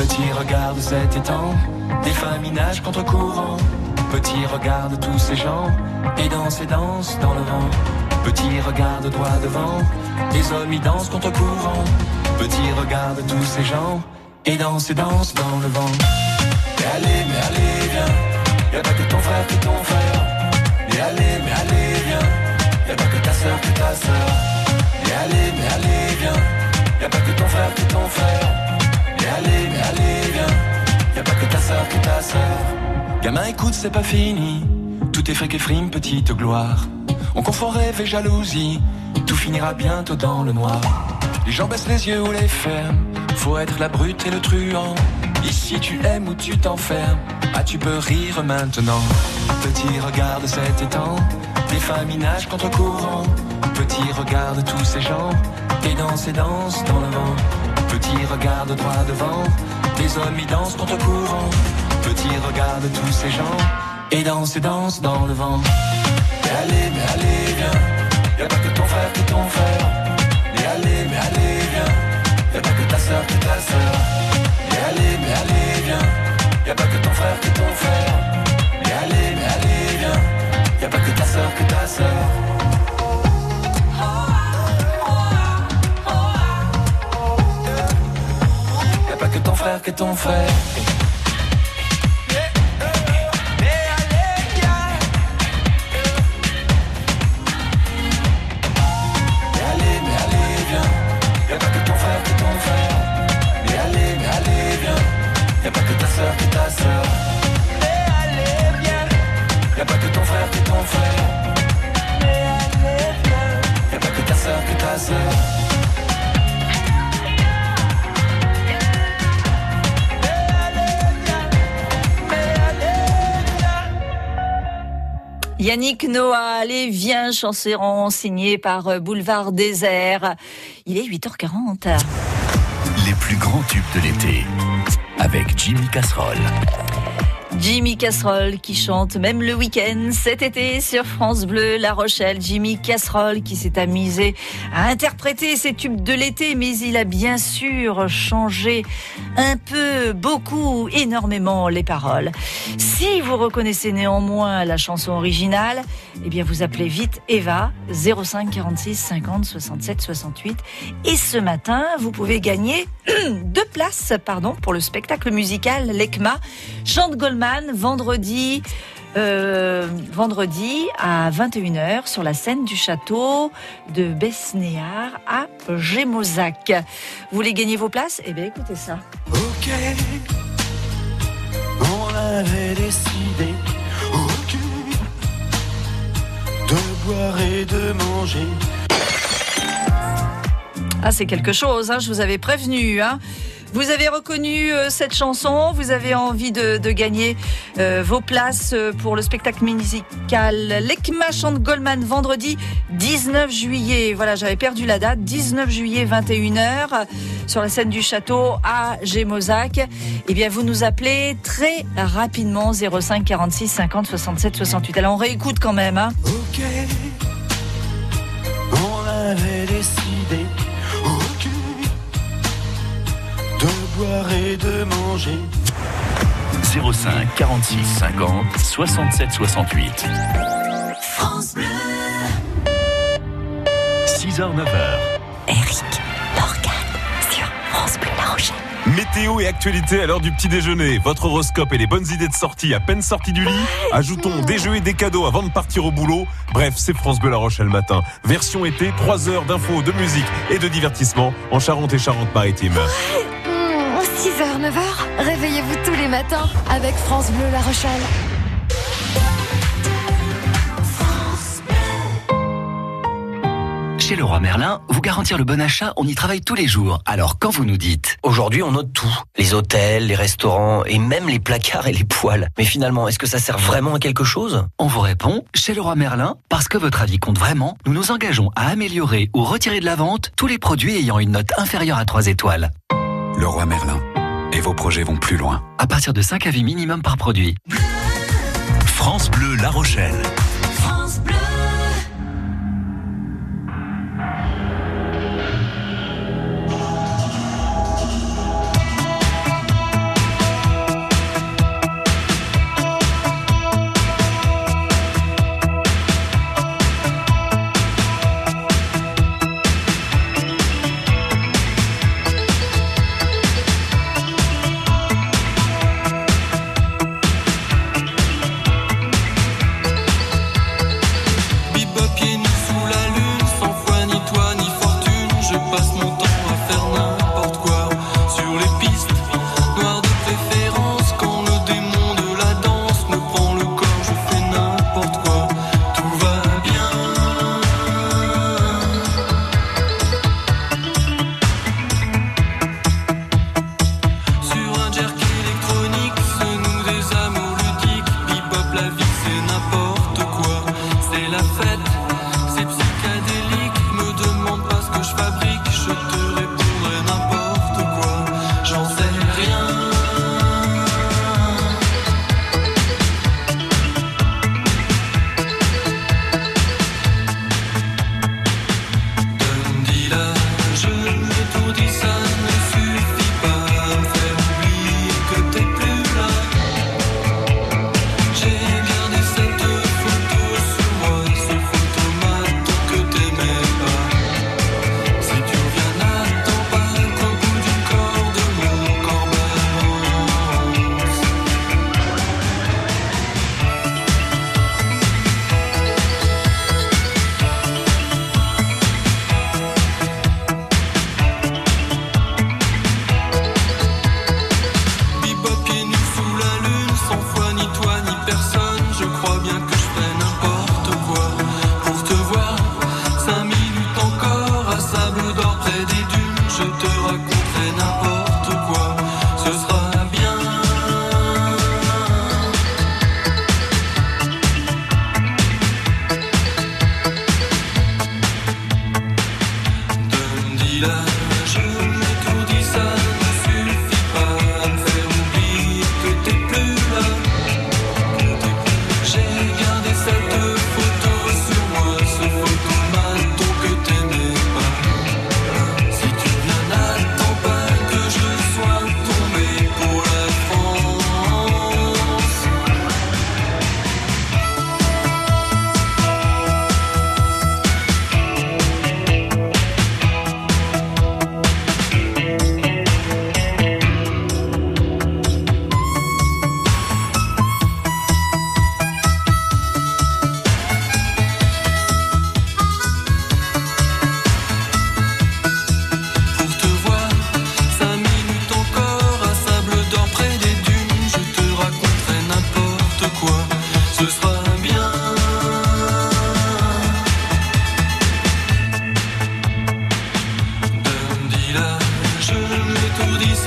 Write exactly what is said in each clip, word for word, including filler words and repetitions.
Petit, regarde cet étang, des femmes y nagent contre courant. Petit, regarde tous ces gens, et dansent et dansent dans le vent. Petit, regarde droit devant, des hommes y dansent contre courant. Petit, regarde tous ces gens, et dansent et dansent dans le vent. Mais allez, mais allez, viens, y'a pas que ton frère qui est ton frère. Mais allez, mais allez, viens, y'a pas que ta sœur qui est ta sœur. Mais allez, mais allez, viens, y'a pas que ton frère qui est ton frère. Mais allez, mais allez, viens, y'a pas que ta sœur qui est ta sœur. Gamin, écoute, c'est pas fini, tout est fric et frime, petite gloire. On confond rêve et jalousie, tout finira bientôt dans le noir. Les gens baissent les yeux ou les ferment, faut être la brute et le truand. Ici tu aimes ou tu t'enfermes, ah tu peux rire maintenant. Petit, regarde cet étang, des femmes y nagent contre courant. Petit, regarde tous ces gens, et dansent et dansent dans le vent. Petit, regarde droit devant, des hommes y dansent contre courant. Petit, regarde tous ces gens, et dansent et dansent dans le vent. Mais allez, mais allez, viens, y'a pas que ton frère qui est ton frère. Mais allez, mais allez, viens, y'a pas que ta sœur qui est ta sœur. Mais allez, mais allez, viens, y'a pas que ton frère qui est ton frère. Mais allez, mais allez, viens, y'a pas que ta sœur qui est ta sœur. Y'a pas que ton frère qui est ton frère. Yannick Noah, allez, viens, chanson signée par Boulevard Désert. Il est huit heures quarante. Les plus grands tubes de l'été, avec Jimmy Casserole. Jimmy Casserole qui chante même le week-end cet été sur France Bleu La Rochelle. Jimmy Casserole qui s'est amusé à interpréter ses tubes de l'été, mais il a bien sûr changé un peu, beaucoup, énormément les paroles. Si vous reconnaissez néanmoins la chanson originale, eh bien vous appelez vite Eva, zéro cinq quarante-six cinquante soixante-sept soixante-huit. Et ce matin, vous pouvez gagner deux places pardon, pour le spectacle musical L'E C M A chante Goldman vendredi, euh, vendredi à vingt et une heures sur la scène du château de Besnéard à Gémozac. Vous voulez gagner vos places ? Eh bien écoutez ça. Ok, on avait décidé, ok, de boire et de manger. Ah, c'est quelque chose, hein, je vous avais prévenu, hein. Vous avez reconnu euh, cette chanson, vous avez envie de, de gagner euh, vos places pour le spectacle musical L'E C M A chante Goldman vendredi dix-neuf juillet. Voilà, j'avais perdu la date, dix-neuf juillet vingt et une heures sur la scène du château à Gémozac. Eh bien, vous nous appelez très rapidement zéro cinq quarante-six cinquante soixante-sept soixante-huit. Alors, on réécoute quand même, hein. Ok, on avait décidé, ok, de boire et de manger. zéro cinq quarante-six cinquante soixante-sept soixante-huit. France Bleu. six heures neuf heures. Eric Morgan sur France Bleu La Rochelle. Météo et actualité à l'heure du petit déjeuner. Votre horoscope et les bonnes idées de sortie à peine sorties du lit. Ajoutons des jeux et des cadeaux avant de partir au boulot. Bref, c'est France Bleu La Rochelle matin. Version été, trois heures d'infos, de musique et de divertissement en Charente et Charente-Maritime. Mmh, six heures, neuf heures, réveillez-vous tous les matins avec France Bleu La Rochelle. Chez Leroy Merlin, vous garantir le bon achat, on y travaille tous les jours. Alors quand vous nous dites, aujourd'hui on note tout, les hôtels, les restaurants et même les placards et les poêles. Mais finalement, est-ce que ça sert vraiment à quelque chose ? On vous répond, chez Leroy Merlin, parce que votre avis compte vraiment, nous nous engageons à améliorer ou retirer de la vente tous les produits ayant une note inférieure à trois étoiles. Leroy Merlin. Et vos projets vont plus loin. À partir de cinq avis minimum par produit. France Bleu La Rochelle. France Bleu.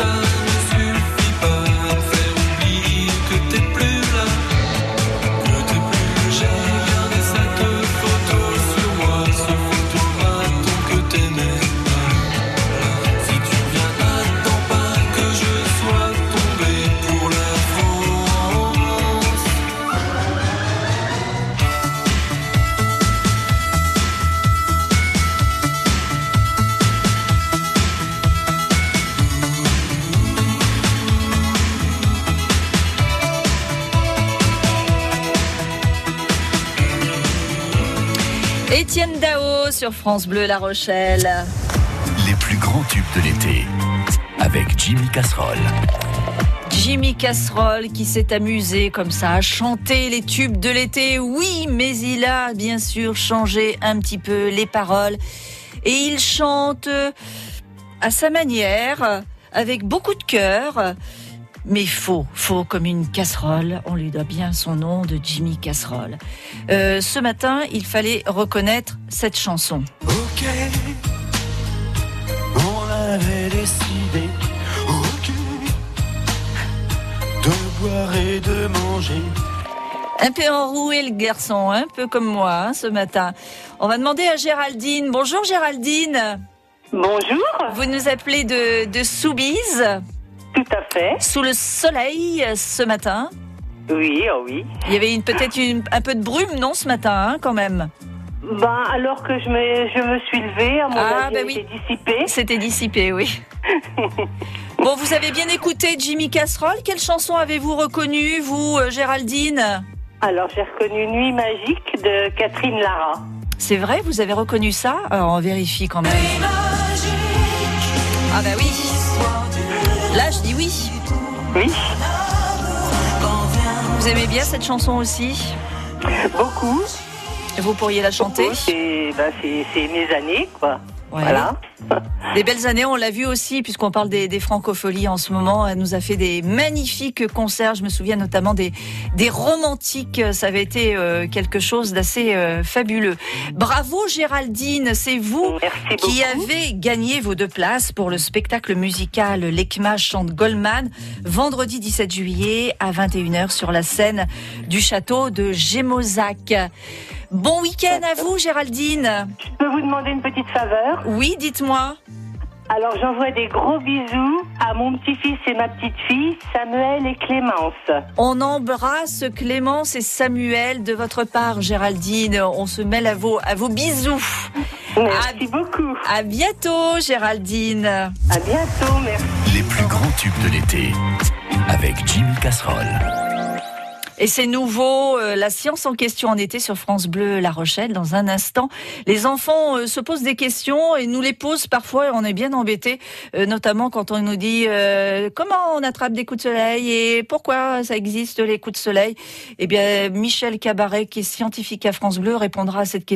Étienne Dao sur France Bleu La Rochelle. Les plus grands tubes de l'été avec Jimmy Casserole. Jimmy Casserole qui s'est amusé comme ça à chanter les tubes de l'été. Oui, mais il a bien sûr changé un petit peu les paroles. Et il chante à sa manière, avec beaucoup de cœur. Mais faux, faux comme une casserole. On lui doit bien son nom de Jimmy Casserole. Euh, ce matin, il fallait reconnaître cette chanson. Ok, on avait décidé, ok, de boire et de manger. Un peu enroué le garçon, un peu comme moi hein, ce matin. On va demander à Géraldine. Bonjour Géraldine. Bonjour. Vous nous appelez de, de Soubise. Tout à fait. Sous le soleil ce matin. Oui, oh oui. Il y avait une, peut-être une, un peu de brume, non, ce matin, hein, quand même. Ben, alors que je me, je me suis levée, à mon ah, avis, bah oui. c'était dissipé. C'était dissipé, oui. Bon, vous avez bien écouté Jimmy Casserole. Quelle chanson avez-vous reconnue, vous, Géraldine ? Alors, j'ai reconnu Nuit magique de Catherine Lara. C'est vrai, vous avez reconnu ça ? Alors, on vérifie quand même. Ah bah oui. Là, je dis oui. Oui. Vous aimez bien cette chanson aussi ? Beaucoup. Vous pourriez la chanter ? Beaucoup, c'est, ben, c'est, c'est mes années, quoi. Ouais. Voilà. Des belles années, on l'a vu aussi, puisqu'on parle des, des francopholies en ce moment. Elle nous a fait des magnifiques concerts. Je me souviens notamment des, des romantiques. Ça avait été euh, quelque chose d'assez euh, fabuleux. Bravo Géraldine, c'est vous Merci qui beaucoup. avez gagné vos deux places pour le spectacle musical L'Ecma chante Goldman, vendredi dix-sept juillet à vingt et une heures sur la scène du château de Gémozac. Bon week-end à vous Géraldine. Je peux vous demander une petite faveur ? Oui, dites-moi. Alors, j'envoie des gros bisous à mon petit-fils et ma petite-fille, Samuel et Clémence. On embrasse Clémence et Samuel de votre part, Géraldine. On se mêle à vos, à vos bisous. Merci à, beaucoup. À bientôt, Géraldine. À bientôt, merci. Les plus grands tubes de l'été avec Jimmy Casserole. Et c'est nouveau, euh, la science en question en été sur France Bleu La Rochelle. Dans un instant, les enfants euh, se posent des questions et nous les posent parfois et on est bien embêtés, euh, notamment quand on nous dit euh, comment on attrape des coups de soleil et pourquoi ça existe les coups de soleil. Eh bien, Michel Cabaret, qui est scientifique à France Bleu, répondra à cette question.